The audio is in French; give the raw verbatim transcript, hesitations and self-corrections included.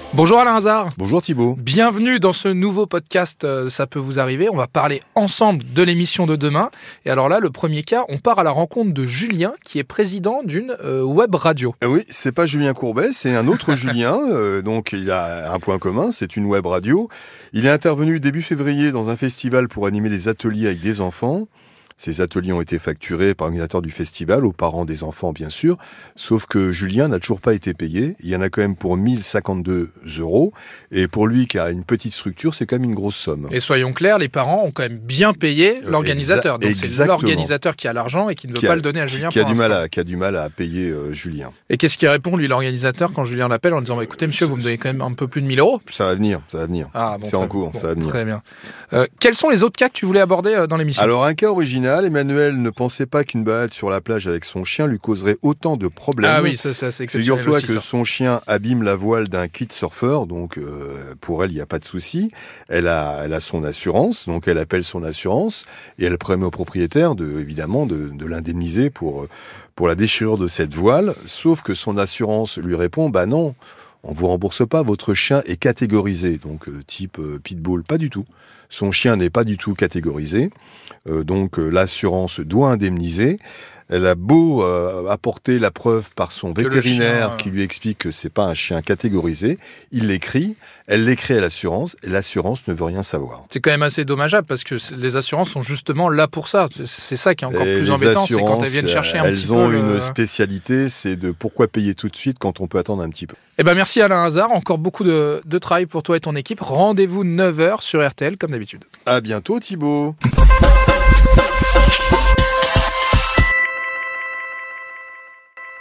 Bonjour Alain Hazard. Bonjour Thibaut. Bienvenue dans ce nouveau podcast euh, Ça peut vous arriver. On va parler ensemble de l'émission de demain. Et alors là, le premier cas, on part à la rencontre de Julien, qui est président d'une euh, web radio. Euh, oui, c'est pas Julien Courbet, c'est un autre Julien. Euh, donc il a un point commun, c'est une web radio. Il est intervenu début février dans un festival pour animer des ateliers avec des enfants. Ces ateliers ont été facturés par l'organisateur du festival, aux parents des enfants bien sûr, sauf que Julien n'a toujours pas été payé. Il y en a quand même pour mille cinquante-deux euros, et pour lui qui a une petite structure, c'est quand même une grosse somme. Et soyons clairs, les parents ont quand même bien payé l'organisateur. Exa- Donc c'est exactement. l'organisateur qui a l'argent et qui ne veut Qui a- pas le donner à Julien qui a pour du mal l'instant. à, qui a du mal à payer euh, Julien. Et qu'est-ce qu'il répond, lui, l'organisateur, quand Julien l'appelle en disant bah, « Écoutez, monsieur, vous me donnez quand même un peu plus de mille euros ?» Ça va venir, ça va venir. Ah, bon, c'est très en bien. cours, Bon, ça va venir. Très bien. Euh, quels sont les autres cas que tu voulais aborder euh, dans l'émission ? Alors un cas original, Emmanuel ne pensait pas qu'une balade sur la plage avec son chien lui causerait autant de problèmes. Ah oui, ça, ça c'est exceptionnel Figure-toi aussi, que ça. son chien abîme la voile d'un kitesurfer, donc euh, pour elle, il n'y a pas de souci. Elle a, elle a son assurance, donc elle appelle son assurance et elle promet au propriétaire, de, évidemment, de, de l'indemniser pour, pour la déchirure de cette voile. Sauf que son assurance lui répond, bah non, on ne vous rembourse pas, votre chien est catégorisé, donc euh, type euh, pitbull, pas du tout. Son chien n'est pas du tout catégorisé, euh, donc euh, l'assurance doit indemniser. Elle a beau euh, apporter la preuve par son Que le vétérinaire chien, euh, qui lui explique que c'est pas un chien catégorisé, il l'écrit, elle l'écrit à l'assurance, et l'assurance ne veut rien savoir. C'est quand même assez dommageable parce que c'est- les assurances sont justement là pour ça. C'est ça qui est encore Et plus les embêtant, c'est quand assurances, elles viennent chercher un elles petit ont peu. une le- spécialité, c'est de pourquoi payer tout de suite quand on peut attendre un petit peu. Eh ben merci Alain Hazard, encore beaucoup de, de travail pour toi et ton équipe. Rendez-vous neuf heures sur R T L comme d'habitude. À bientôt Thibaut.